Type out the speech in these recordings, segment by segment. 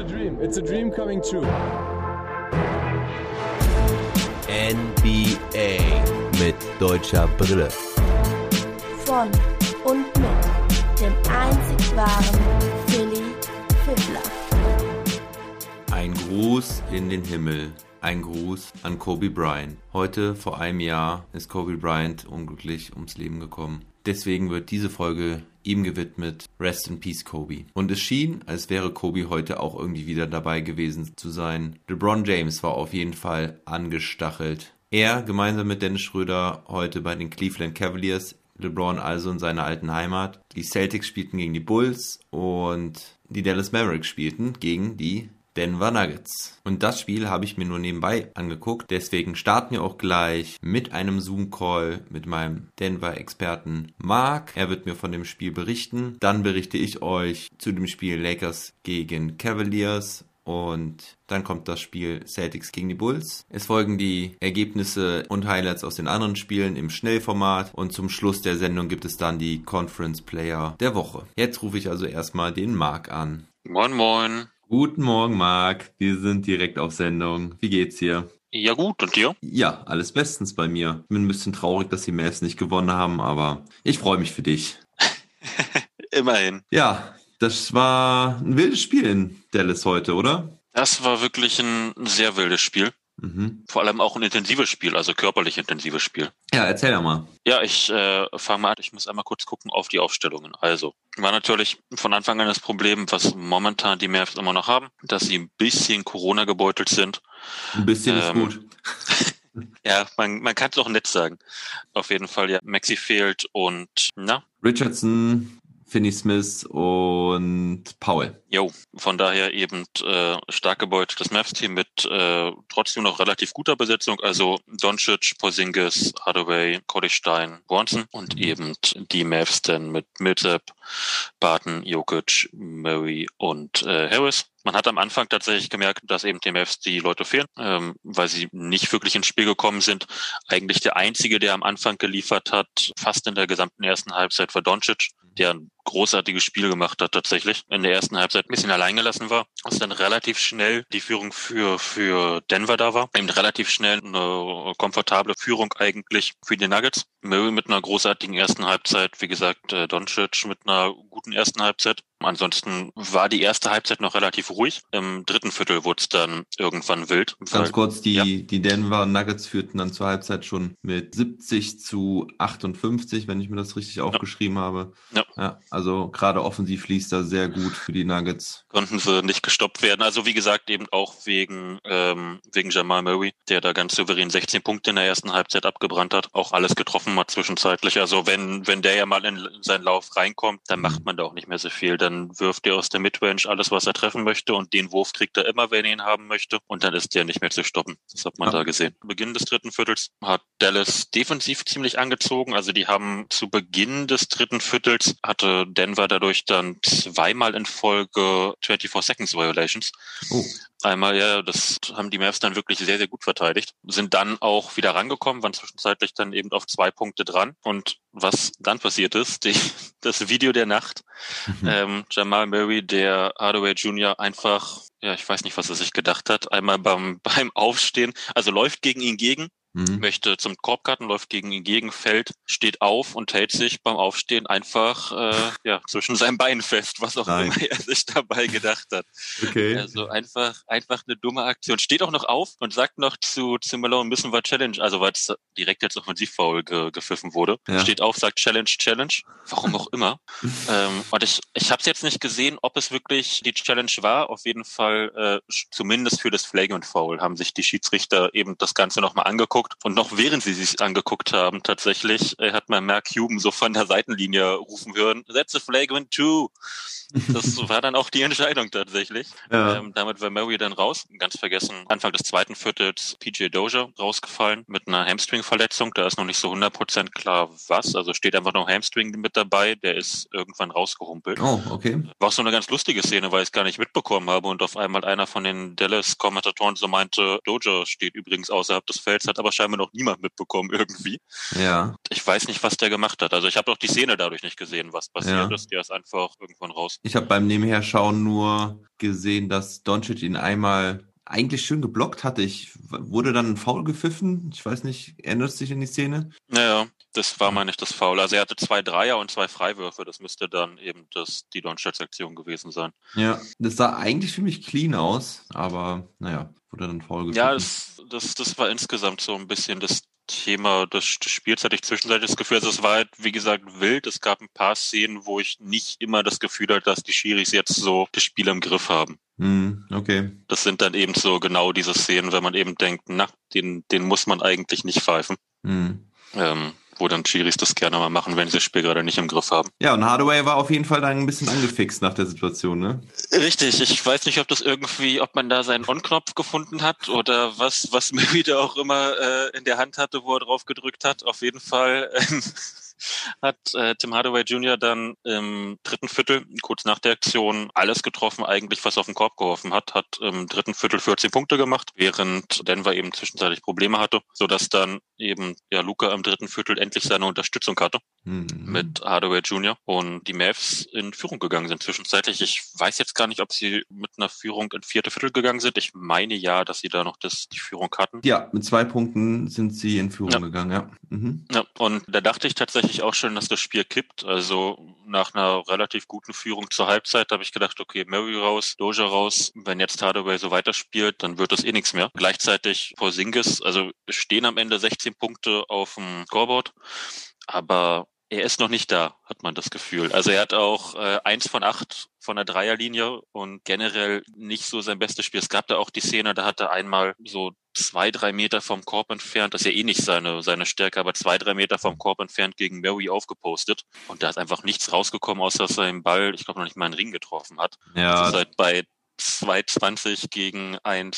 a dream. It's a dream coming true. NBA mit deutscher Brille. Von und mit dem einzig wahren Philly Fiddler. Ein Gruß in den Himmel. Ein Gruß an Kobe Bryant. Heute, vor einem Jahr, ist Kobe Bryant unglücklich ums Leben gekommen. Deswegen wird diese Folge ihm gewidmet. Rest in Peace, Kobe. Und es schien, als wäre Kobe heute auch irgendwie wieder dabei gewesen zu sein. LeBron James war auf jeden Fall angestachelt. Er, gemeinsam mit Dennis Schröder, heute bei den Cleveland Cavaliers. LeBron also in seiner alten Heimat. Die Celtics spielten gegen die Bulls und die Dallas Mavericks spielten gegen die Denver Nuggets. Und das Spiel habe ich mir nur nebenbei angeguckt. Deswegen starten wir auch gleich mit einem Zoom-Call mit meinem Denver-Experten Marc. Er wird mir von dem Spiel berichten. Dann berichte ich euch zu dem Spiel Lakers gegen Cavaliers. Und dann kommt das Spiel Celtics gegen die Bulls. Es folgen die Ergebnisse und Highlights aus den anderen Spielen im Schnellformat. Und zum Schluss der Sendung gibt es dann die Conference Player der Woche. Jetzt rufe ich also erstmal den Marc an. Moin, moin. Guten Morgen, Marc. Wir sind direkt auf Sendung. Wie geht's dir? Ja gut, und dir? Ja, alles bestens bei mir. Ich bin ein bisschen traurig, dass die Mavs nicht gewonnen haben, aber ich freue mich für dich. Immerhin. Ja, das war ein wildes Spiel in Dallas heute, oder? Das war wirklich ein sehr wildes Spiel. Vor allem auch ein intensives Spiel, also körperlich intensives Spiel. Ja, erzähl doch mal. Ja, ich fange mal an. Ich muss einmal kurz gucken auf die Aufstellungen. Also, war natürlich von Anfang an das Problem, was momentan die Mavs immer noch haben, dass sie ein bisschen Corona gebeutelt sind. Ein bisschen ist gut. Ja, man kann es auch nett sagen. Auf jeden Fall, ja, Maxi fehlt und, Richardson, Finney-Smith und Powell. Jo, von daher eben stark gebeuteltes Mavs-Team mit trotzdem noch relativ guter Besetzung. Also Doncic, Porzingis, Hardaway, Cody Stein, Bronson und eben die Mavs dann mit Millsap, Barton, Jokic, Murray und Harris. Man hat am Anfang tatsächlich gemerkt, dass eben den Mavs die Leute fehlen, weil sie nicht wirklich ins Spiel gekommen sind. Eigentlich der Einzige, der am Anfang geliefert hat, fast in der gesamten ersten Halbzeit, war Doncic, der ein großartiges Spiel gemacht hat tatsächlich. In der ersten Halbzeit ein bisschen allein gelassen war, als dann relativ schnell die Führung für Denver da war. Eben relativ schnell eine komfortable Führung eigentlich für die Nuggets. Murray mit einer großartigen ersten Halbzeit, wie gesagt, Doncic mit einer guten ersten Halbzeit. Ansonsten war die erste Halbzeit noch relativ ruhig. Im dritten Viertel wurde es dann irgendwann wild. Ganz kurz, die Denver Nuggets führten dann zur Halbzeit schon mit 70-58, wenn ich mir das richtig aufgeschrieben habe. Ja, also gerade offensiv lief da sehr gut für die Nuggets. Konnten sie nicht gestoppt werden. Also wie gesagt, eben auch wegen Jamal Murray, der da ganz souverän 16 Punkte in der ersten Halbzeit abgebrannt hat. Auch alles getroffen hat zwischenzeitlich. Also wenn der ja mal in seinen Lauf reinkommt, dann macht man da auch nicht mehr so viel. Dann wirft er aus der Midrange alles, was er treffen möchte, und den Wurf kriegt er immer, wenn er ihn haben möchte, und dann ist der nicht mehr zu stoppen. Das hat man da gesehen. Zu Beginn des dritten Viertels hat Dallas defensiv ziemlich angezogen. Also die haben zu Beginn des dritten Viertels hatte Denver dadurch dann zweimal in Folge 24 Seconds Violations. Oh. Einmal, ja, das haben die Mavs dann wirklich sehr, sehr gut verteidigt. Sind dann auch wieder rangekommen, waren zwischenzeitlich dann eben auf 2 Punkte dran. Und was dann passiert ist, das Video der Nacht, Jamal Murray, der Hardaway Jr. einfach, ja, ich weiß nicht, was er sich gedacht hat, einmal beim Aufstehen, also läuft gegen ihn gegen, möchte zum Korb cutten, läuft gegen ihn gegen, fällt, steht auf und hält sich beim Aufstehen einfach zwischen seinen Beinen fest, was auch immer er sich dabei gedacht hat. Okay. Also einfach eine dumme Aktion. Steht auch noch auf und sagt noch zu Malone, müssen wir Challenge, also weil es direkt als Offensivfoul gepfiffen wurde. Ja. Steht auf, sagt Challenge, warum auch immer. Und ich habe es jetzt nicht gesehen, ob es wirklich die Challenge war. Auf jeden Fall zumindest für das Flagrant Foul haben sich die Schiedsrichter eben das Ganze nochmal angeguckt. Und noch während sie sich angeguckt haben, tatsächlich, hat man Mark Cuban so von der Seitenlinie rufen hören, that's a flagrant 2. Das war dann auch die Entscheidung tatsächlich. Ja. Damit war Murray dann raus. Ganz vergessen, Anfang des zweiten Viertels PJ Dozier rausgefallen mit einer Hamstring-Verletzung. Da ist noch nicht so 100% klar was. Also steht einfach noch Hamstring mit dabei. Der ist irgendwann rausgehumpelt. Oh, okay. War auch so eine ganz lustige Szene, weil ich es gar nicht mitbekommen habe und auf einmal einer von den Dallas-Kommentatoren so meinte, Dozier steht übrigens außerhalb des Felds, hat aber scheinbar noch niemand mitbekommen irgendwie. Ja. Ich weiß nicht, was der gemacht hat. Also ich habe auch die Szene dadurch nicht gesehen, was passiert ist. Der ist einfach irgendwann raus. Ich habe beim Nebenherschauen nur gesehen, dass Doncic ihn einmal eigentlich schön geblockt hatte. Wurde dann ein Foul gepfiffen. Ich weiß nicht, erinnerst du dich an die Szene? Naja, das war mal nicht das Foul. Also er hatte 2 Dreier und 2 Freiwürfe. Das müsste dann eben die Doncic-Aktion gewesen sein. Ja, das sah eigentlich für mich clean aus, aber naja, wurde dann Foul gepfiffen. Ja, das war insgesamt so ein bisschen das Thema des Spiels, hatte ich zwischenzeitlich das Gefühl, also es war halt, wie gesagt, wild. Es gab ein paar Szenen, wo ich nicht immer das Gefühl hatte, dass die Schiris jetzt so das Spiel im Griff haben. Okay. Das sind dann eben so genau diese Szenen, wenn man eben denkt, na, den muss man eigentlich nicht pfeifen. Wo dann Schiris das gerne mal machen, wenn sie das Spiel gerade nicht im Griff haben. Ja, und Hardaway war auf jeden Fall dann ein bisschen angefixt nach der Situation, ne? Richtig, ich weiß nicht, ob man da seinen On-Knopf gefunden hat oder was Murray da auch immer in der Hand hatte, wo er drauf gedrückt hat. Auf jeden Fall hat Tim Hardaway Jr. dann im dritten Viertel, kurz nach der Aktion, alles getroffen, eigentlich was auf den Korb geworfen hat im dritten Viertel 14 Punkte gemacht, während Denver eben zwischenzeitlich Probleme hatte, sodass dann eben Luka im dritten Viertel endlich seine Unterstützung hatte mit Hardaway Jr. und die Mavs in Führung gegangen sind zwischenzeitlich. Ich weiß jetzt gar nicht, ob sie mit einer Führung in vierte Viertel gegangen sind. Ich meine ja, dass sie da noch die Führung hatten. Ja, mit 2 Punkten sind sie in Führung gegangen, ja. Ja, und da dachte ich tatsächlich auch schon, dass das Spiel kippt. Also nach einer relativ guten Führung zur Halbzeit habe ich gedacht, okay, Murray raus, Dozier raus. Wenn jetzt Hardaway so weiterspielt, dann wird das eh nichts mehr. Gleichzeitig Porzingis, also stehen am Ende 16 Punkte auf dem Scoreboard, aber er ist noch nicht da, hat man das Gefühl. Also er hat auch 1 von 8 von der Dreierlinie und generell nicht so sein bestes Spiel. Es gab da auch die Szene, da hat er einmal so 2-3 Meter vom Korb entfernt, das ist ja eh nicht seine Stärke, aber 2-3 Meter vom Korb entfernt gegen Murray aufgepostet. Und da ist einfach nichts rausgekommen, außer dass er den Ball, ich glaube, noch nicht mal einen Ring getroffen hat. Ja. Das ist halt bei 2,20 gegen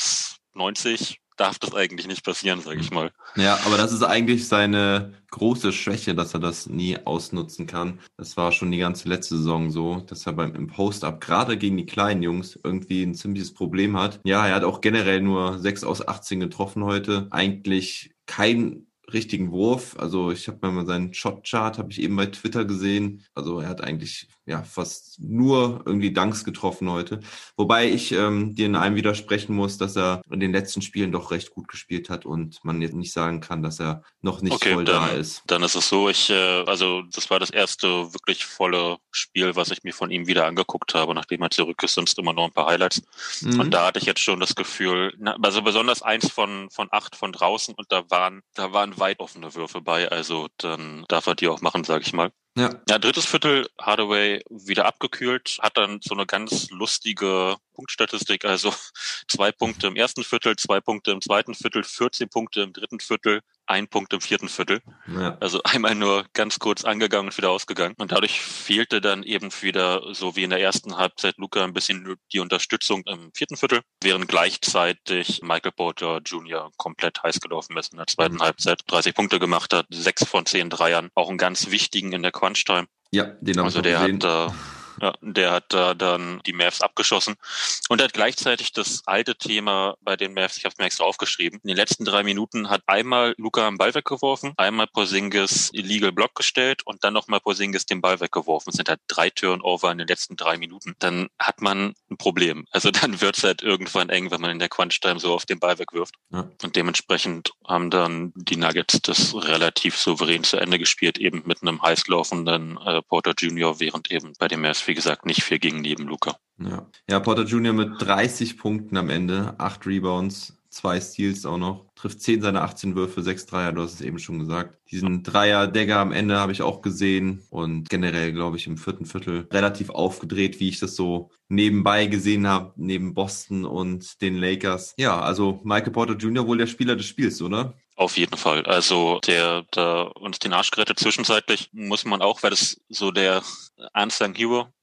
1,90 darf das eigentlich nicht passieren, sage ich mal. Ja, aber das ist eigentlich seine große Schwäche, dass er das nie ausnutzen kann. Das war schon die ganze letzte Saison so, dass er im Post-Up gerade gegen die kleinen Jungs irgendwie ein ziemliches Problem hat. Ja, er hat auch generell nur 6 aus 18 getroffen heute. Eigentlich kein richtigen Wurf. Also ich habe mal seinen Shot-Chart, habe ich eben bei Twitter gesehen. Also er hat eigentlich fast nur irgendwie Dunks getroffen heute. Wobei ich dir in einem widersprechen muss, dass er in den letzten Spielen doch recht gut gespielt hat und man jetzt nicht sagen kann, dass er noch nicht voll da ist. Dann ist es so, also das war das erste wirklich volle Spiel, was ich mir von ihm wieder angeguckt habe, nachdem er zurück ist, sonst immer nur ein paar Highlights. Und da hatte ich jetzt schon das Gefühl, also besonders 1 von 8 von draußen und da waren weit offene Würfe bei, also dann darf er die auch machen, sage ich mal. Ja, drittes Viertel, Hardaway wieder abgekühlt, hat dann so eine ganz lustige Punktstatistik, also 2 Punkte im ersten Viertel, 2 Punkte im zweiten Viertel, 14 Punkte im dritten Viertel, 1 Punkt im vierten Viertel. Ja. Also einmal nur ganz kurz angegangen und wieder ausgegangen. Und dadurch fehlte dann eben wieder, so wie in der ersten Halbzeit, Luka ein bisschen die Unterstützung im vierten Viertel, während gleichzeitig Michael Porter Jr. komplett heiß gelaufen ist in der zweiten Halbzeit, 30 Punkte gemacht hat, 6 von 10 Dreiern, auch einen ganz wichtigen in der Crunch-Time. Ja, den haben wir gesehen. Der hat da dann die Mavs abgeschossen und hat gleichzeitig das alte Thema bei den Mavs, ich habe es mir extra aufgeschrieben, in den letzten 3 Minuten hat einmal Luka einen Ball weggeworfen, einmal Porzingis illegal Block gestellt und dann nochmal Porzingis den Ball weggeworfen. Es sind halt 3 Turnover in den letzten 3 Minuten. Dann hat man ein Problem. Also dann wird es halt irgendwann eng, wenn man in der Crunch-Time so auf den Ball wegwirft. Ja. Und dementsprechend haben dann die Nuggets das relativ souverän zu Ende gespielt, eben mit einem heiß laufenden Porter Jr., während eben bei den Mavs, wie gesagt, nicht viel ging neben Luka. Ja, Porter Jr. mit 30 Punkten am Ende, 8 Rebounds, 2 Steals auch noch, trifft 10 seiner 18 Würfe, 6 Dreier, du hast es eben schon gesagt. Diesen Dreier-Dagger am Ende habe ich auch gesehen und generell, glaube ich, im vierten Viertel relativ aufgedreht, wie ich das so nebenbei gesehen habe, neben Boston und den Lakers. Ja, also Michael Porter Jr. wohl der Spieler des Spiels, oder? Auf jeden Fall. Also der da uns den Arsch gerettet zwischenzeitlich, muss man auch, weil das so der Unsung Hero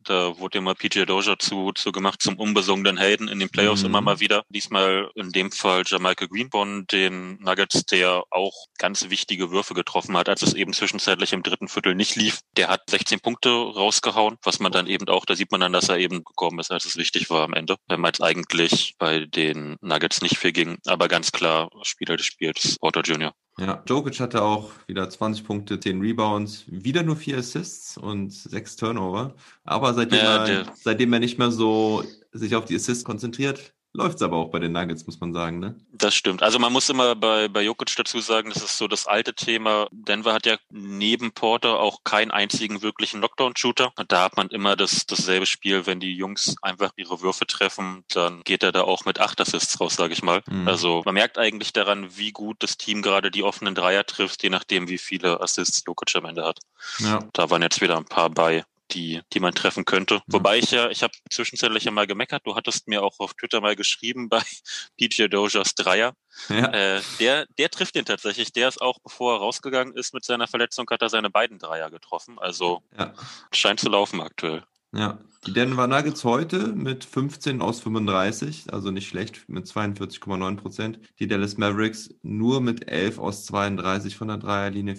Da wurde immer PJ Dozier zu gemacht zum unbesungenen Helden in den Playoffs immer mal wieder. Diesmal in dem Fall JaMychal Green von den Nuggets, der auch ganz wichtige Würfe getroffen hat, als es eben zwischenzeitlich im dritten Viertel nicht lief. Der hat 16 Punkte rausgehauen, was man dann eben auch, da sieht man dann, dass er eben gekommen ist, als es wichtig war am Ende. Als eigentlich bei den Nuggets nicht viel ging, aber ganz klar Spieler des Spiels, Porter Jr. Ja, Jokic hatte auch wieder 20 Punkte, 10 Rebounds, wieder nur 4 Assists und 6 Turnover. Aber seitdem er nicht mehr so sich auf die Assists konzentriert, läuft's aber auch bei den Nuggets, muss man sagen, ne? Das stimmt. Also man muss immer bei Jokic dazu sagen, das ist so das alte Thema. Denver hat ja neben Porter auch keinen einzigen wirklichen Knockdown-Shooter. Und da hat man immer dasselbe Spiel, wenn die Jungs einfach ihre Würfe treffen, dann geht er da auch mit 8 Assists raus, sage ich mal. Also man merkt eigentlich daran, wie gut das Team gerade die offenen Dreier trifft, je nachdem, wie viele Assists Jokic am Ende hat. Ja. Da waren jetzt wieder ein paar bei, die man treffen könnte. Wobei ich habe zwischenzeitlich mal gemeckert, du hattest mir auch auf Twitter mal geschrieben bei PJ Doziers Dreier. Ja. Der trifft den tatsächlich. Der ist auch, bevor er rausgegangen ist mit seiner Verletzung, hat er seine beiden Dreier getroffen. Also scheint zu laufen aktuell. Ja, die Denver Nuggets heute mit 15 aus 35, also nicht schlecht, mit 42,9%. Die Dallas Mavericks nur mit 11 aus 32 von der Dreierlinie,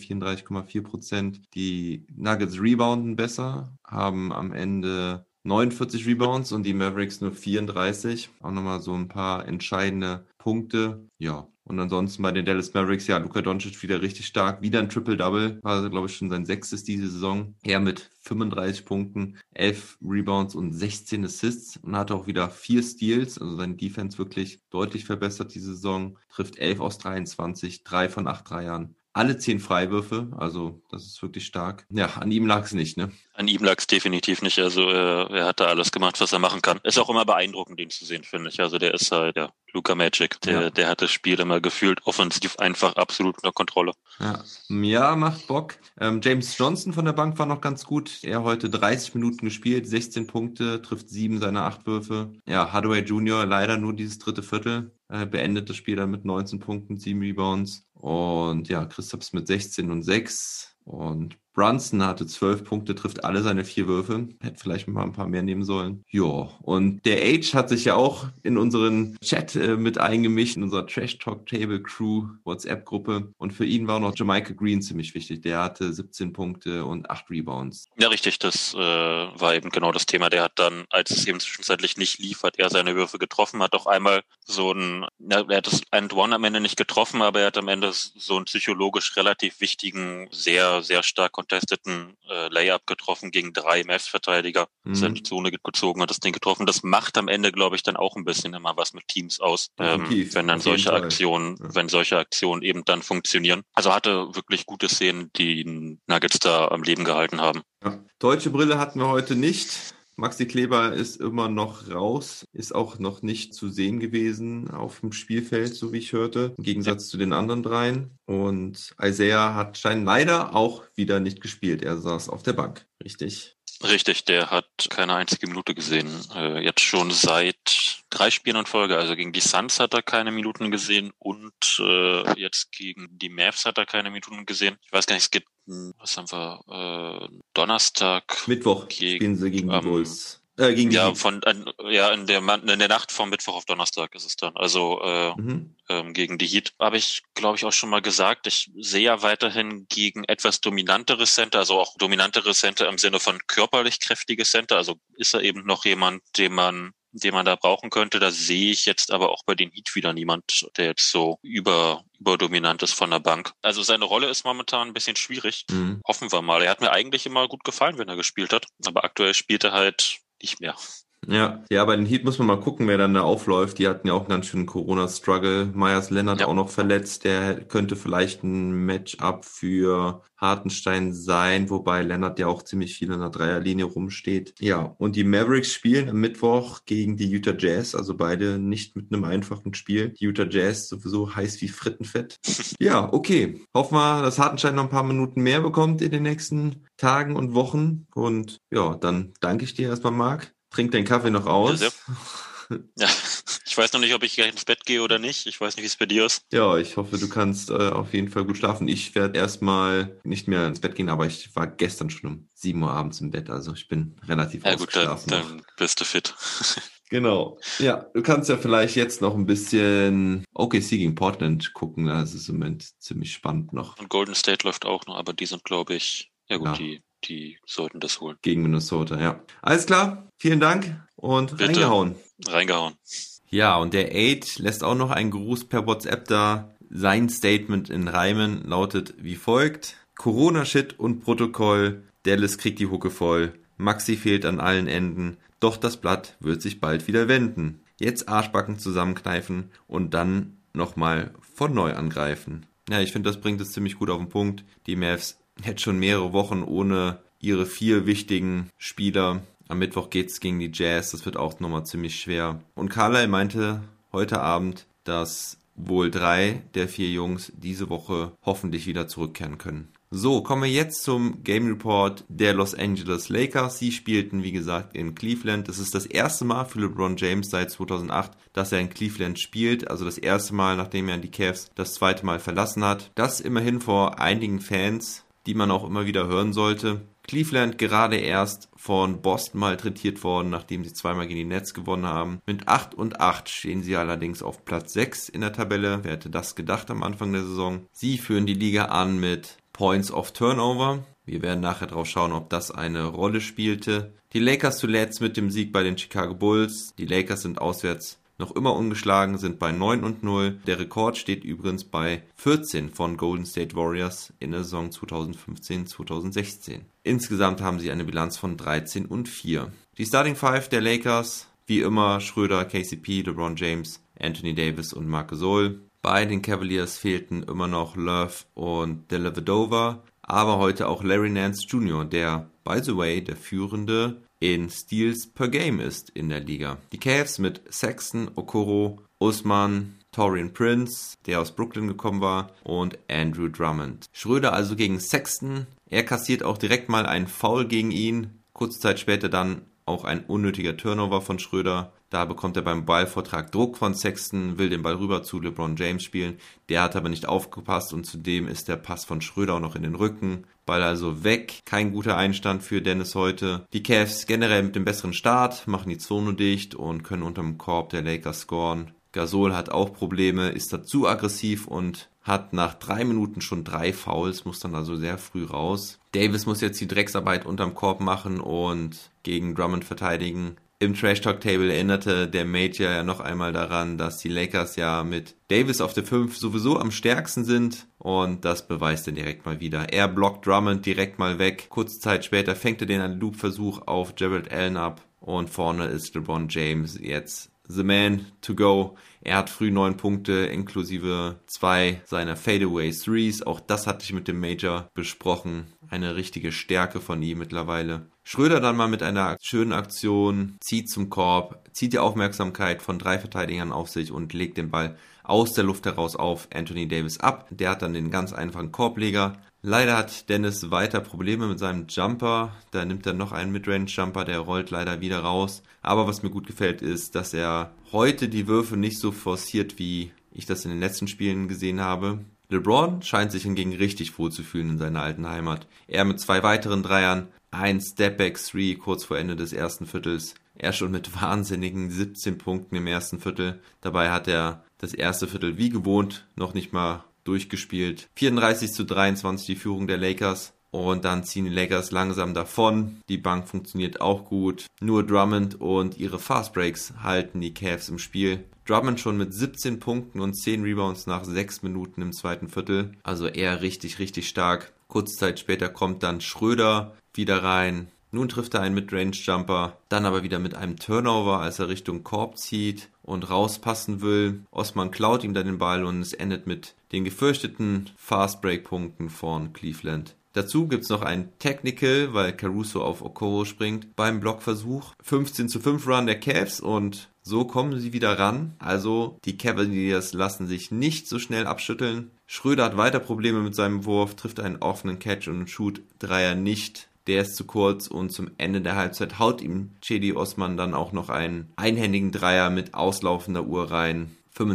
34,4%. Die Nuggets rebounden besser, haben am Ende 49 Rebounds und die Mavericks nur 34. Auch nochmal so ein paar entscheidende Punkte. Ja, und ansonsten bei den Dallas Mavericks, ja, Luka Doncic wieder richtig stark. Wieder ein Triple-Double, war, glaube ich, schon sein 6. diese Saison. Er mit 35 Punkten, 11 Rebounds und 16 Assists und hatte auch wieder 4 Steals. Also seine Defense wirklich deutlich verbessert diese Saison. Trifft 11 aus 23, 3 von 8 Dreiern. Alle 10 Freiwürfe, also das ist wirklich stark. Ja, an ihm lag es nicht, ne? An ihm lag es definitiv nicht. Also er hat da alles gemacht, was er machen kann. Ist auch immer beeindruckend, ihn zu sehen, finde ich. Also der ist halt, Luka Magic. Der hat das Spiel immer gefühlt offensiv einfach absolut unter Kontrolle. Ja, macht Bock. James Johnson von der Bank war noch ganz gut. Er heute 30 Minuten gespielt, 16 Punkte, trifft 7 seiner 8 Würfe. Ja, Hardaway Jr. leider nur dieses dritte Viertel. Beendet das Spiel dann mit 19 Punkten, 7 Rebounds. Und ja, Kristaps mit 16 und 6. Und Brunson hatte 12 Punkte, trifft alle seine 4 Würfe. Hätte vielleicht mal ein paar mehr nehmen sollen. Ja, und der Age hat sich ja auch in unseren Chat mit eingemischt, in unserer Trash Talk Table Crew WhatsApp-Gruppe. Und für ihn war noch JaMychal Green ziemlich wichtig. Der hatte 17 Punkte und 8 Rebounds. Ja, richtig. Das war eben genau das Thema. Der hat dann, als es eben zwischenzeitlich nicht lief, hat er seine Würfe getroffen, hat auch einmal er hat das And-One am Ende nicht getroffen, aber er hat am Ende so einen psychologisch relativ wichtigen, sehr, sehr stark contesteten Layup getroffen gegen 3 Mavs-Verteidiger. Ist in die Zone gezogen, hat das Ding getroffen. Das macht am Ende, glaube ich, dann auch ein bisschen immer was mit Teams aus, wenn dann solche Aktionen eben dann funktionieren. Also hatte wirklich gute Szenen, die Nuggets da am Leben gehalten haben. Ja. Deutsche Brille hatten wir heute nicht. Maxi Kleber ist immer noch raus, ist auch noch nicht zu sehen gewesen auf dem Spielfeld, so wie ich hörte, im Gegensatz zu den anderen dreien. Und Isaiah hat leider auch wieder nicht gespielt. Er saß auf der Bank, richtig? Richtig, der hat keine einzige Minute gesehen. Jetzt schon seit 3 Spielen in Folge. Also gegen die Suns hat er keine Minuten gesehen und jetzt gegen die Mavs hat er keine Minuten gesehen. Ich weiß gar nicht, es gibt, was haben wir, Donnerstag. Mittwoch spielen sie gegen die Bulls. Gegen die Heat. In der Nacht vom Mittwoch auf Donnerstag ist es dann. Also gegen die Heat. Habe ich, glaube ich, auch schon mal gesagt. Ich sehe ja weiterhin gegen etwas dominantere Center, also auch dominantere Center im Sinne von körperlich kräftige Center. Also ist er eben noch jemand, den man da brauchen könnte. Da sehe ich jetzt aber auch bei den Heat wieder niemand, der jetzt so überdominant ist von der Bank. Also seine Rolle ist momentan ein bisschen schwierig. Hoffen wir mal. Er hat mir eigentlich immer gut gefallen, wenn er gespielt hat. Aber aktuell spielt er halt nicht mehr. Ja, bei den Heat muss man mal gucken, wer dann da aufläuft. Die hatten ja auch einen ganz schönen Corona-Struggle. Myers Leonard auch noch verletzt. Der könnte vielleicht ein Matchup für Hartenstein sein, wobei Leonard ja auch ziemlich viel in der Dreierlinie rumsteht. Ja, und die Mavericks spielen am Mittwoch gegen die Utah Jazz, also beide nicht mit einem einfachen Spiel. Die Utah Jazz sowieso heiß wie Frittenfett. Ja, okay. Hoffen wir, dass Hartenstein noch ein paar Minuten mehr bekommt in den nächsten Tagen und Wochen. Und ja, dann danke ich dir erstmal, Marc. Trink deinen Kaffee noch aus. Ja, ich Ich weiß noch nicht, ob ich gleich ins Bett gehe oder nicht. Ich weiß nicht, wie es bei dir ist. Ja, ich hoffe, du kannst auf jeden Fall gut schlafen. Ich werde erstmal nicht mehr ins Bett gehen, aber ich war gestern schon um 7 Uhr abends im Bett, also ich bin relativ ausgeschlafen. Dann bist du fit. Genau. Ja, du kannst ja vielleicht jetzt noch ein bisschen OKC gegen Portland gucken. Das ist im Moment ziemlich spannend noch. Und Golden State läuft auch noch, aber die sind, glaube ich, ja gut, Ja. die sollten das holen. Gegen Minnesota, ja. Alles klar, vielen Dank und Bitte. reingehauen. Ja, und der 8 lässt auch noch einen Gruß per WhatsApp da. Sein Statement in Reimen lautet wie folgt: Corona-Shit und Protokoll, Dallas kriegt die Hucke voll, Maxi fehlt an allen Enden, doch das Blatt wird sich bald wieder wenden. Jetzt Arschbacken zusammenkneifen und dann nochmal von neu angreifen. Ja, ich finde, das bringt es ziemlich gut auf den Punkt. Die Mavs hätten schon mehrere Wochen ohne ihre 4 wichtigen Spieler. Am Mittwoch geht's gegen die Jazz, das wird auch nochmal ziemlich schwer. Und Carlisle meinte heute Abend, dass wohl 3 der 4 Jungs diese Woche hoffentlich wieder zurückkehren können. So, kommen wir jetzt zum Game Report der Los Angeles Lakers. Sie spielten, wie gesagt, in Cleveland. Das ist das erste Mal für LeBron James seit 2008, dass er in Cleveland spielt. Also das erste Mal, nachdem er die Cavs das zweite Mal verlassen hat. Das immerhin vor einigen Fans, die man auch immer wieder hören sollte. Cleveland gerade erst von Boston malträtiert worden, nachdem sie zweimal gegen die Nets gewonnen haben. Mit 8-8 stehen sie allerdings auf Platz 6 in der Tabelle. Wer hätte das gedacht am Anfang der Saison? Sie führen die Liga an mit Points of Turnover. Wir werden nachher drauf schauen, ob das eine Rolle spielte. Die Lakers zuletzt mit dem Sieg bei den Chicago Bulls. Die Lakers sind auswärts noch immer ungeschlagen, sind bei 9-0. Der Rekord steht übrigens bei 14 von Golden State Warriors in der Saison 2015-2016. Insgesamt haben sie eine Bilanz von 13-4. Die Starting Five der Lakers, wie immer Schröder, KCP, LeBron James, Anthony Davis und Marc Gasol. Bei den Cavaliers fehlten immer noch Love und Dellavedova, aber heute auch Larry Nance Jr., der, by the way, der Führende in Steals per Game ist in der Liga. Die Cavs mit Sexton, Okoro, Usman, Taurean Prince, der aus Brooklyn gekommen war, und Andrew Drummond. Schröder also gegen Sexton. Er kassiert auch direkt mal einen Foul gegen ihn. Kurze Zeit später dann auch ein unnötiger Turnover von Schröder. Da bekommt er beim Ballvortrag Druck von Sexton, will den Ball rüber zu LeBron James spielen. Der hat aber nicht aufgepasst und zudem ist der Pass von Schröder auch noch in den Rücken. Ball also weg. Kein guter Einstand für Dennis heute. Die Cavs generell mit dem besseren Start, machen die Zone dicht und können unterm Korb der Lakers scoren. Gasol hat auch Probleme, ist da zu aggressiv und hat nach 3 Minuten schon 3 Fouls, muss dann also sehr früh raus. Davis muss jetzt die Drecksarbeit unterm Korb machen und gegen Drummond verteidigen. Im Trash Talk Table erinnerte der Major ja noch einmal daran, dass die Lakers ja mit Davis auf der 5 sowieso am stärksten sind und das beweist er direkt mal wieder. Er blockt Drummond direkt mal weg. Kurze Zeit später fängt er den Loop-Versuch auf Jarrett Allen ab und vorne ist LeBron James jetzt the man to go. Er hat früh 9 Punkte inklusive 2 seiner Fadeaway Threes. Auch das hatte ich mit dem Major besprochen. Eine richtige Stärke von ihm mittlerweile. Schröder dann mal mit einer schönen Aktion, zieht zum Korb, zieht die Aufmerksamkeit von 3 Verteidigern auf sich und legt den Ball aus der Luft heraus auf Anthony Davis ab. Der hat dann den ganz einfachen Korbleger. Leider hat Dennis weiter Probleme mit seinem Jumper. Da nimmt er noch einen Midrange-Jumper, der rollt leider wieder raus. Aber was mir gut gefällt ist, dass er heute die Würfe nicht so forciert, wie ich das in den letzten Spielen gesehen habe. LeBron scheint sich hingegen richtig wohl zu fühlen in seiner alten Heimat. Er mit 2 weiteren Dreiern, ein Stepback-3 kurz vor Ende des ersten Viertels. Er schon mit wahnsinnigen 17 Punkten im ersten Viertel. Dabei hat er das erste Viertel wie gewohnt noch nicht mal durchgespielt. 34-23 die Führung der Lakers. Und dann ziehen die Lakers langsam davon. Die Bank funktioniert auch gut. Nur Drummond und ihre Fastbreaks halten die Cavs im Spiel. Drummond schon mit 17 Punkten und 10 Rebounds nach 6 Minuten im zweiten Viertel. Also eher richtig, richtig stark. Kurze Zeit später kommt dann Schröder wieder rein. Nun trifft er einen Midrange-Jumper, dann aber wieder mit einem Turnover, als er Richtung Korb zieht und rauspassen will. Osman klaut ihm dann den Ball und es endet mit den gefürchteten Fast-Break-Punkten von Cleveland. Dazu gibt's noch ein Technical, weil Caruso auf Okoro springt beim Blockversuch. 15-5 Run der Cavs und so kommen sie wieder ran. Also die Cavaliers lassen sich nicht so schnell abschütteln. Schröder hat weiter Probleme mit seinem Wurf, trifft einen offenen Catch und Shoot Dreier nicht. der ist zu kurz und zum Ende der Halbzeit haut ihm Cedi Osman dann auch noch einen einhändigen Dreier mit auslaufender Uhr rein.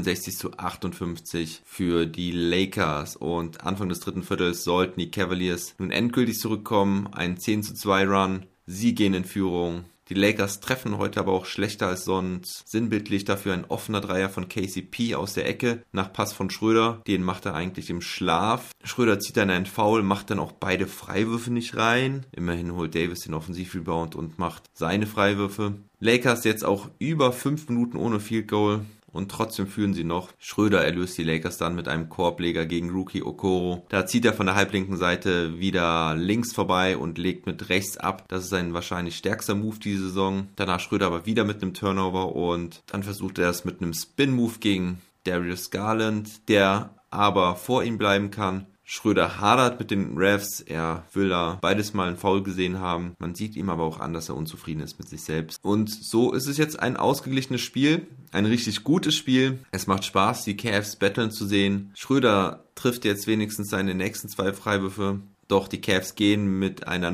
65-58 für die Lakers. Und Anfang des dritten Viertels sollten die Cavaliers nun endgültig zurückkommen. Ein 10-2 Run. Sie gehen in Führung. Die Lakers treffen heute aber auch schlechter als sonst. Sinnbildlich dafür ein offener Dreier von KCP aus der Ecke nach Pass von Schröder. Den macht er eigentlich im Schlaf. Schröder zieht dann einen Foul, macht dann auch beide Freiwürfe nicht rein. Immerhin holt Davis den Offensivrebound und macht seine Freiwürfe. Lakers jetzt auch über 5 Minuten ohne Field Goal. Und trotzdem führen sie noch. Schröder erlöst die Lakers dann mit einem Korbleger gegen Rookie Okoro. Da zieht er von der halblinken Seite wieder links vorbei und legt mit rechts ab. Das ist sein wahrscheinlich stärkster Move diese Saison. Danach Schröder aber wieder mit einem Turnover und dann versucht er es mit einem Spin-Move gegen Darius Garland, der aber vor ihm bleiben kann. Schröder hadert mit den Refs, er will da beides mal einen Foul gesehen haben. Man sieht ihm aber auch an, dass er unzufrieden ist mit sich selbst. Und so ist es jetzt ein ausgeglichenes Spiel, ein richtig gutes Spiel. Es macht Spaß, die Cavs battlen zu sehen. Schröder trifft jetzt wenigstens seine nächsten 2 Freiwürfe. Doch die Cavs gehen mit einer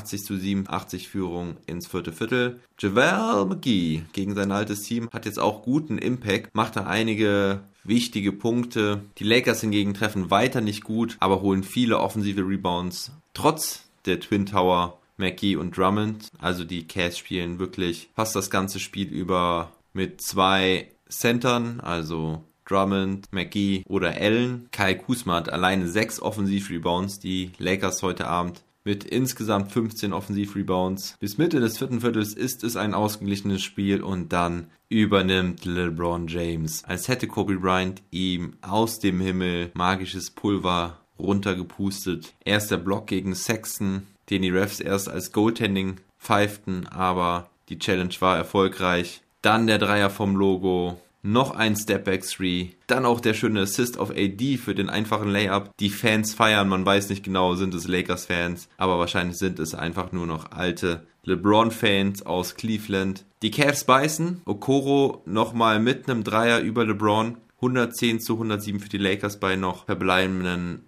89-87 Führung ins vierte Viertel. JaVale McGee gegen sein altes Team hat jetzt auch guten Impact, macht da einige wichtige Punkte. Die Lakers hingegen treffen weiter nicht gut, aber holen viele offensive Rebounds. Trotz der Twin Tower, McGee und Drummond. Also die Cavs spielen wirklich fast das ganze Spiel über mit 2 Centern, also Drummond, McGee oder Allen. Kyle Kuzma hat alleine 6 Offensiv-Rebounds. Die Lakers heute Abend mit insgesamt 15 Offensiv-Rebounds. Bis Mitte des vierten Viertels ist es ein ausgeglichenes Spiel und dann übernimmt LeBron James. Als hätte Kobe Bryant ihm aus dem Himmel magisches Pulver runtergepustet. Erster Block gegen Sexton, den die Refs erst als Goaltending pfeiften, aber die Challenge war erfolgreich. Dann der Dreier vom Logo. Noch ein Stepback-3, dann auch der schöne Assist auf AD für den einfachen Layup. Die Fans feiern, man weiß nicht genau, sind es Lakers-Fans, aber wahrscheinlich sind es einfach nur noch alte LeBron-Fans aus Cleveland. Die Cavs beißen, Okoro nochmal mit einem Dreier über LeBron, 110-107 für die Lakers bei noch verbleibenden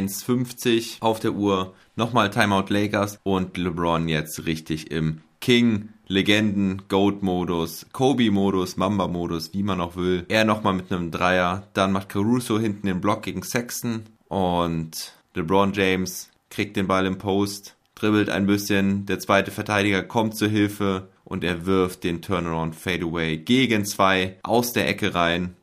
1,50 auf der Uhr. Nochmal Timeout Lakers und LeBron jetzt richtig im King, Legenden, Goat-Modus, Kobe-Modus, Mamba-Modus, wie man auch will. Er nochmal mit einem Dreier. Dann macht Caruso hinten den Block gegen Sexton. Und LeBron James kriegt den Ball im Post, dribbelt ein bisschen. Der zweite Verteidiger kommt zur Hilfe und er wirft den Turnaround Fadeaway gegen 2 aus der Ecke rein.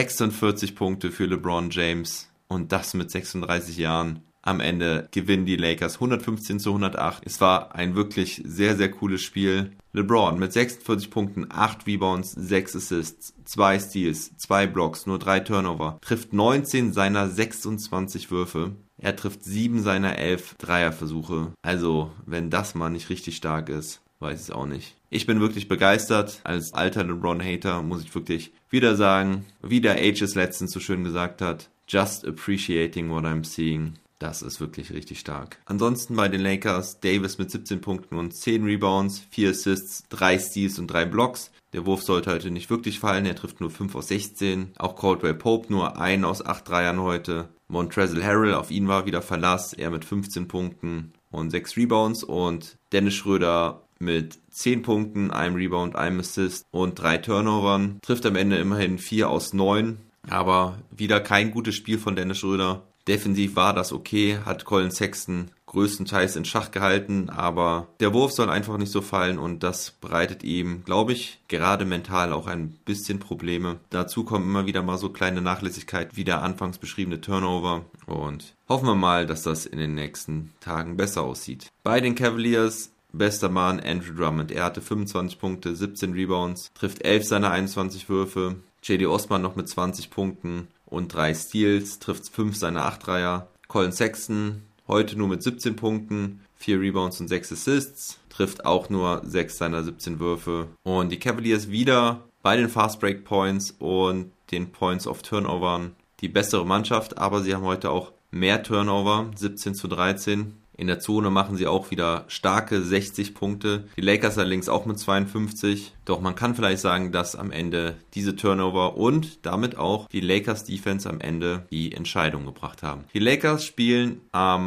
46 Punkte für LeBron James. Und das mit 36 Jahren. Am Ende gewinnen die Lakers 115-108. Es war ein wirklich sehr, sehr cooles Spiel. LeBron mit 46 Punkten, 8 Rebounds, 6 Assists, 2 Steals, 2 Blocks, nur 3 Turnover. Trifft 19 seiner 26 Würfe. Er trifft 7 seiner 11 Dreierversuche. Also, wenn das mal nicht richtig stark ist, weiß ich es auch nicht. Ich bin wirklich begeistert. Als alter LeBron-Hater muss ich wirklich wieder sagen, wie der Ages letztens so schön gesagt hat, just appreciating what I'm seeing. Das ist wirklich richtig stark. Ansonsten bei den Lakers Davis mit 17 Punkten und 10 Rebounds, 4 Assists, 3 Steals und 3 Blocks. Der Wurf sollte heute nicht wirklich fallen, er trifft nur 5 aus 16. Auch Caldwell Pope nur 1 aus 8 Dreiern heute. Montrezl Harrell, auf ihn war wieder Verlass, er mit 15 Punkten und 6 Rebounds. Und Dennis Schröder mit 10 Punkten, einem Rebound, einem Assist und 3 Turnovern. Trifft am Ende immerhin 4 aus 9. Aber wieder kein gutes Spiel von Dennis Schröder. Defensiv war das okay, hat Colin Sexton größtenteils in Schach gehalten, aber der Wurf soll einfach nicht so fallen und das bereitet ihm, glaube ich, gerade mental auch ein bisschen Probleme. Dazu kommen immer wieder mal so kleine Nachlässigkeit wie der anfangs beschriebene Turnover und hoffen wir mal, dass das in den nächsten Tagen besser aussieht. Bei den Cavaliers bester Mann Andrew Drummond. Er hatte 25 Punkte, 17 Rebounds, trifft 11 seiner 21 Würfe. Cedi Osman noch mit 20 Punkten und 3 Steals, trifft 5 seiner 8 Dreier. Colin Sexton heute nur mit 17 Punkten, 4 Rebounds und 6 Assists, trifft auch nur 6 seiner 17 Würfe. Und die Cavaliers wieder bei den Fast Break Points und den Points of Turnovern die bessere Mannschaft, aber sie haben heute auch mehr Turnover, 17-13. In der Zone machen sie auch wieder starke 60 Punkte. Die Lakers allerdings auch mit 52. Doch man kann vielleicht sagen, dass am Ende diese Turnover und damit auch die Lakers Defense am Ende die Entscheidung gebracht haben. Die Lakers spielen am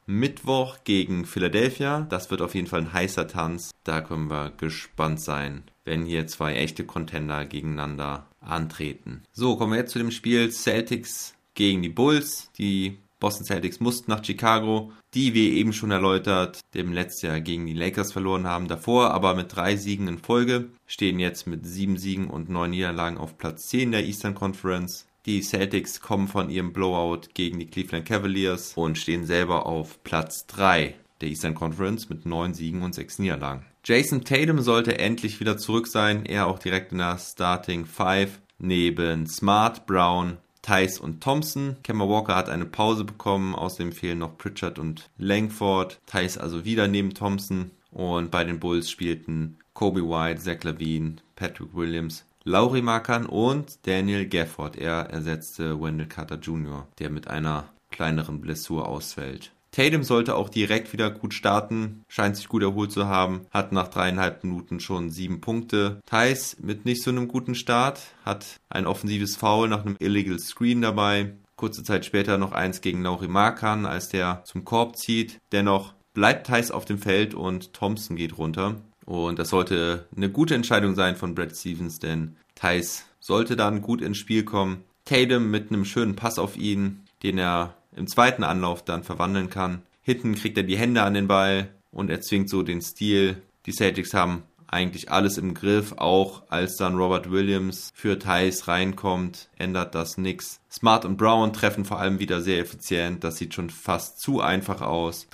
Mittwoch gegen Philadelphia. Das wird auf jeden Fall ein heißer Tanz. Da können wir gespannt sein, wenn hier 2 echte Contender gegeneinander antreten. So, kommen wir jetzt zu dem Spiel Celtics gegen die Bulls. Die Boston Celtics mussten nach Chicago, die, wie eben schon erläutert, dem letzten Jahr gegen die Lakers verloren haben. Davor aber mit 3 Siegen in Folge, stehen jetzt mit 7 Siegen und 9 Niederlagen auf Platz 10 der Eastern Conference. Die Celtics kommen von ihrem Blowout gegen die Cleveland Cavaliers und stehen selber auf Platz 3 der Eastern Conference mit 9 Siegen und 6 Niederlagen. Jason Tatum sollte endlich wieder zurück sein, er auch direkt in der Starting 5 neben Smart, Brown, Theis und Thompson. Kemba Walker hat eine Pause bekommen, außerdem fehlen noch Pritchard und Langford. Theis also wieder neben Thompson. Und bei den Bulls spielten Kobe White, Zach LaVine, Patrick Williams, Lauri Markkanen und Daniel Gafford. Er ersetzte Wendell Carter Jr., der mit einer kleineren Blessur ausfällt. Tatum sollte auch direkt wieder gut starten, scheint sich gut erholt zu haben, hat nach 3,5 Minuten schon 7 Punkte. Theis mit nicht so einem guten Start, hat ein offensives Foul nach einem Illegal Screen dabei. Kurze Zeit später noch eins gegen Lauri Markkanen, als der zum Korb zieht. Dennoch bleibt Theis auf dem Feld und Thompson geht runter. Und das sollte eine gute Entscheidung sein von Brad Stevens, denn Theis sollte dann gut ins Spiel kommen. Tatum mit einem schönen Pass auf ihn, den er im zweiten Anlauf dann verwandeln kann. Hinten kriegt er die Hände an den Ball und erzwingt so den Steal. Die Celtics haben eigentlich alles im Griff, auch als dann Robert Williams für Theis reinkommt, ändert das nichts. Smart und Brown treffen vor allem wieder sehr effizient, das sieht schon fast zu einfach aus.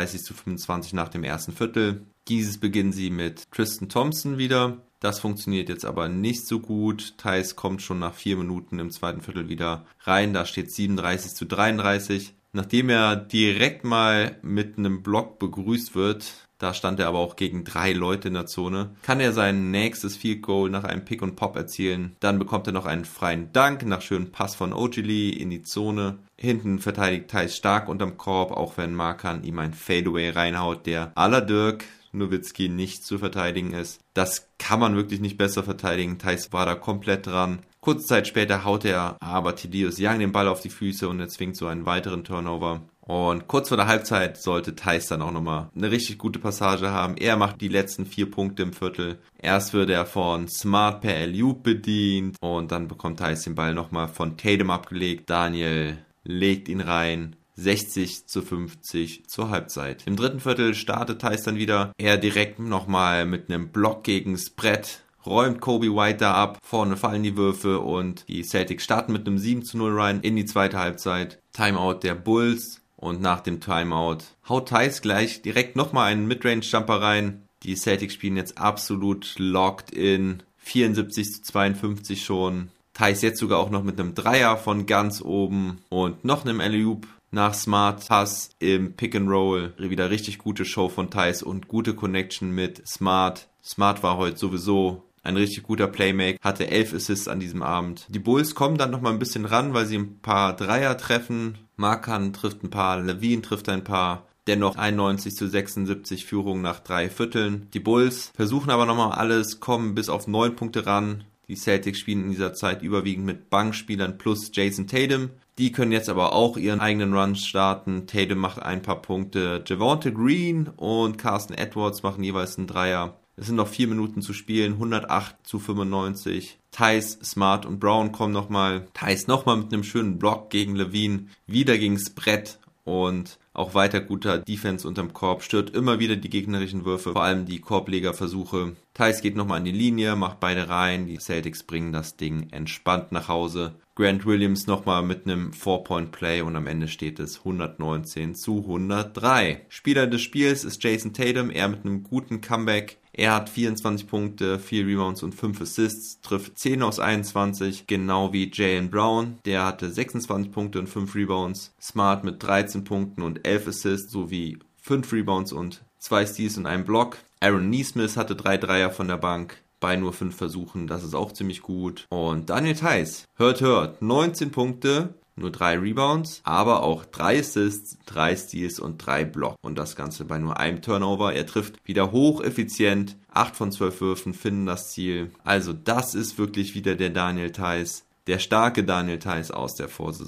33-25 nach dem ersten Viertel. Dieses beginnen sie mit Tristan Thompson wieder. Das funktioniert jetzt aber nicht so gut. Theis kommt schon nach 4 Minuten im zweiten Viertel wieder rein. Da steht 37-33. Nachdem er direkt mal mit einem Block begrüßt wird, da stand er aber auch gegen 3 Leute in der Zone, kann er sein nächstes Field Goal nach einem Pick und Pop erzielen. Dann bekommt er noch einen freien Dunk nach schönem Pass von Ogilvy in die Zone. Hinten verteidigt Theis stark unterm Korb, auch wenn Markkanen ihm ein Fadeaway reinhaut, der à la Dirk Nowitzki nicht zu verteidigen ist. Das kann man wirklich nicht besser verteidigen. Theis war da komplett dran. Kurze Zeit später haut er aber Thaddeus Young den Ball auf die Füße und erzwingt so einen weiteren Turnover. Und kurz vor der Halbzeit sollte Theis dann auch nochmal eine richtig gute Passage haben. Er macht die letzten 4 Punkte im Viertel. Erst wird er von Smart per Alley-oop bedient und dann bekommt Theis den Ball nochmal von Tatum abgelegt. Daniel legt ihn rein. 60-50 zur Halbzeit. Im dritten Viertel startet Theis dann wieder. Er direkt nochmal mit einem Block gegens Brett, räumt Kobe White da ab. Vorne fallen die Würfe und die Celtics starten mit einem 7-0 rein in die zweite Halbzeit. Timeout der Bulls und nach dem Timeout haut Theis gleich direkt nochmal einen Midrange-Jumper rein. Die Celtics spielen jetzt absolut locked in. 74-52 schon. Theis jetzt sogar auch noch mit einem Dreier von ganz oben und noch einem Alley-oop nach Smart Pass im Pick and Roll. Wieder richtig gute Show von Theis und gute Connection mit Smart. Smart war heute sowieso ein richtig guter Playmaker, hatte 11 Assists an diesem Abend. Die Bulls kommen dann nochmal ein bisschen ran, weil sie ein paar Dreier treffen. Markkanen trifft ein paar, LaVine trifft ein paar. Dennoch 91-76 Führung nach 3 Vierteln. Die Bulls versuchen aber nochmal alles, kommen bis auf 9 Punkte ran. Die Celtics spielen in dieser Zeit überwiegend mit Bankspielern plus Jason Tatum. Die können jetzt aber auch ihren eigenen Run starten. Tatum macht ein paar Punkte. Javonte Green und Carson Edwards machen jeweils einen Dreier. Es sind noch 4 Minuten zu spielen. 108-95. Theis, Smart und Brown kommen nochmal. Theis nochmal mit einem schönen Block gegen LaVine. Wieder gegens Brett. Und auch weiter guter Defense unterm Korb, stört immer wieder die gegnerischen Würfe, vor allem die Korblegerversuche. Theis geht nochmal an die Linie, macht beide rein, die Celtics bringen das Ding entspannt nach Hause. Grant Williams nochmal mit einem 4-Point-Play und am Ende steht es 119-103. Spieler des Spiels ist Jason Tatum, er mit einem guten Comeback. Er hat 24 Punkte, 4 Rebounds und 5 Assists, trifft 10 aus 21, genau wie Jaylen Brown. Der hatte 26 Punkte und 5 Rebounds. Smart mit 13 Punkten und 11 Assists sowie 5 Rebounds und 2 Steals und einen Block. Aaron Nesmith hatte 3 Dreier von der Bank bei nur 5 Versuchen, das ist auch ziemlich gut. Und Daniel Theis, hört, 19 Punkte, nur 3 Rebounds, aber auch 3 Assists, 3 Steals und 3 Blocks. Und das Ganze bei nur einem Turnover. Er trifft wieder hocheffizient. 8 von 12 Würfen finden das Ziel. Also das ist wirklich wieder der Daniel Theis, der starke Daniel Theis aus der Vorsaison.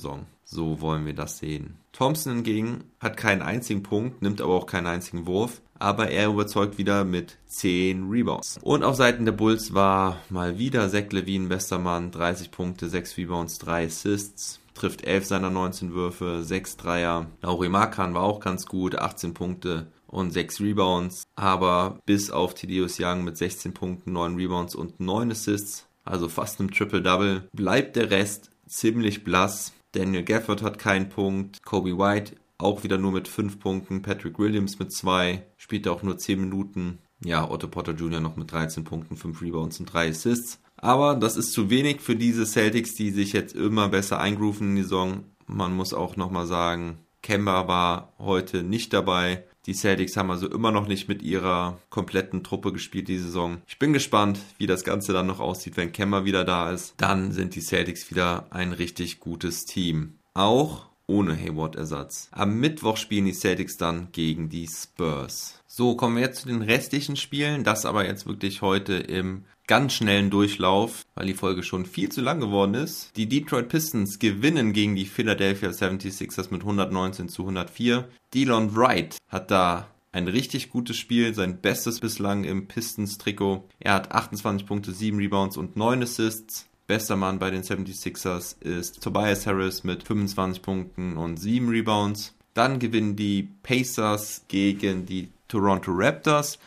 So wollen wir das sehen. Thompson hingegen hat keinen einzigen Punkt, nimmt aber auch keinen einzigen Wurf. Aber er überzeugt wieder mit 10 Rebounds. Und auf Seiten der Bulls war mal wieder Zach LaVine bester Mann. 30 Punkte, 6 Rebounds, 3 Assists. Trifft 11 seiner 19 Würfe, 6 Dreier. Lauri Markkanen war auch ganz gut, 18 Punkte und 6 Rebounds. Aber bis auf Thaddeus Young mit 16 Punkten, 9 Rebounds und 9 Assists, also fast einem Triple-Double, bleibt der Rest ziemlich blass. Daniel Gafford hat keinen Punkt, Kobe White auch wieder nur mit 5 Punkten, Patrick Williams mit 2, spielte auch nur 10 Minuten. Ja, Otto Porter Jr. noch mit 13 Punkten, 5 Rebounds und 3 Assists. Aber das ist zu wenig für diese Celtics, die sich jetzt immer besser eingrooven in die Saison. Man muss auch nochmal sagen, Kemba war heute nicht dabei. Die Celtics haben also immer noch nicht mit ihrer kompletten Truppe gespielt die Saison. Ich bin gespannt, wie das Ganze dann noch aussieht, wenn Kemba wieder da ist. Dann sind die Celtics wieder ein richtig gutes Team. Auch ohne Hayward-Ersatz. Am Mittwoch spielen die Celtics dann gegen die Spurs. So, kommen wir jetzt zu den restlichen Spielen. Das aber jetzt wirklich heute im ganz schnellen Durchlauf, weil die Folge schon viel zu lang geworden ist. Die Detroit Pistons gewinnen gegen die Philadelphia 76ers mit 119-104. Delon Wright hat da ein richtig gutes Spiel, sein bestes bislang im Pistons-Trikot. Er hat 28 Punkte, 7 Rebounds und 9 Assists. Bester Mann bei den 76ers ist Tobias Harris mit 25 Punkten und 7 Rebounds. Dann gewinnen die Pacers gegen die Toronto Raptors.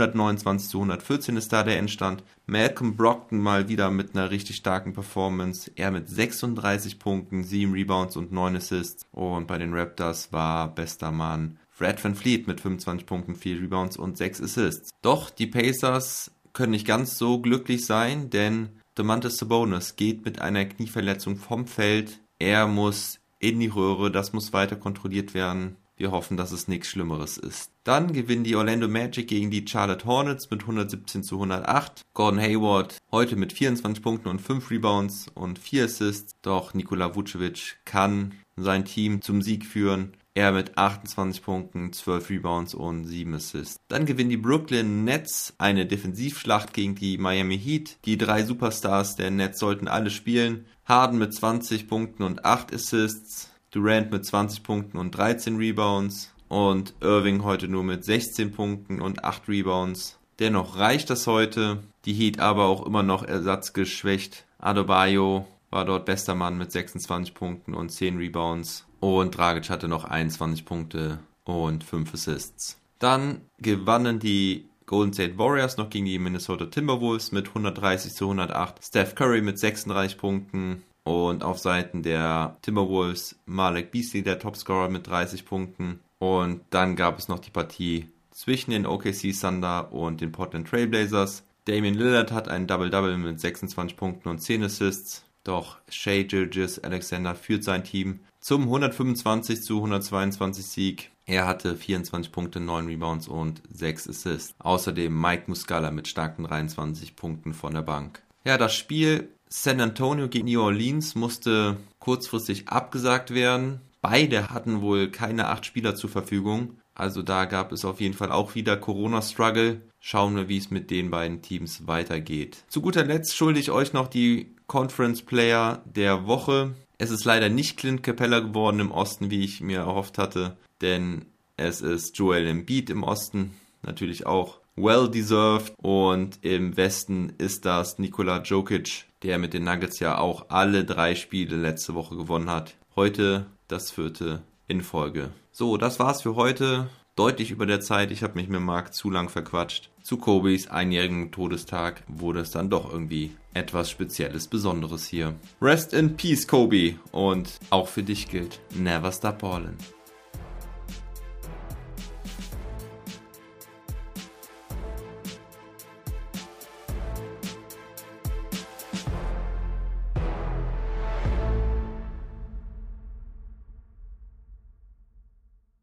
129-114 ist da der Endstand. Malcolm Brogdon mal wieder mit einer richtig starken Performance. Er mit 36 Punkten, 7 Rebounds und 9 Assists. Und bei den Raptors war bester Mann Fred VanVleet mit 25 Punkten, 4 Rebounds und 6 Assists. Doch die Pacers können nicht ganz so glücklich sein, denn Domantas Sabonis geht mit einer Knieverletzung vom Feld. Er muss in die Röhre, das muss weiter kontrolliert werden. Wir hoffen, dass es nichts Schlimmeres ist. Dann gewinnen die Orlando Magic gegen die Charlotte Hornets mit 117-108. Gordon Hayward heute mit 24 Punkten und 5 Rebounds und 4 Assists. Doch Nikola Vucevic kann sein Team zum Sieg führen. Er mit 28 Punkten, 12 Rebounds und 7 Assists. Dann gewinnen die Brooklyn Nets eine Defensivschlacht gegen die Miami Heat. Die 3 Superstars der Nets sollten alle spielen. Harden mit 20 Punkten und 8 Assists. Durant mit 20 Punkten und 13 Rebounds und Irving heute nur mit 16 Punkten und 8 Rebounds. Dennoch reicht das heute. Die Heat aber auch immer noch ersatzgeschwächt. Adebayo war dort bester Mann mit 26 Punkten und 10 Rebounds. Und Dragic hatte noch 21 Punkte und 5 Assists. Dann gewannen die Golden State Warriors noch gegen die Minnesota Timberwolves mit 130-108. Steph Curry mit 36 Punkten. Und auf Seiten der Timberwolves Malik Beasley, der Topscorer mit 30 Punkten. Und dann gab es noch die Partie zwischen den OKC Thunder und den Portland Trail Blazers. Damian Lillard hat ein Double-Double mit 26 Punkten und 10 Assists. Doch Shai Gilgeous-Alexander führt sein Team zum 125-122 Sieg. Er hatte 24 Punkte, 9 Rebounds und 6 Assists. Außerdem Mike Muscala mit starken 23 Punkten von der Bank. Ja, das Spiel San Antonio gegen New Orleans musste kurzfristig abgesagt werden. Beide hatten wohl keine 8 Spieler zur Verfügung. Also da gab es auf jeden Fall auch wieder Corona-Struggle. Schauen wir, wie es mit den beiden Teams weitergeht. Zu guter Letzt schulde ich euch noch die Conference Player der Woche. Es ist leider nicht Clint Capella geworden im Osten, wie ich mir erhofft hatte. Denn es ist Joel Embiid im Osten. Natürlich auch well deserved. Und im Westen ist das Nikola Jokic, der mit den Nuggets ja auch alle 3 Spiele letzte Woche gewonnen hat. Heute das 4. in Folge. So, das war's für heute. Deutlich über der Zeit. Ich habe mich mit Marc zu lang verquatscht. Zu Kobes einjährigen Todestag wurde es dann doch irgendwie etwas Spezielles, Besonderes hier. Rest in Peace, Kobe. Und auch für dich gilt, never stop ballin'.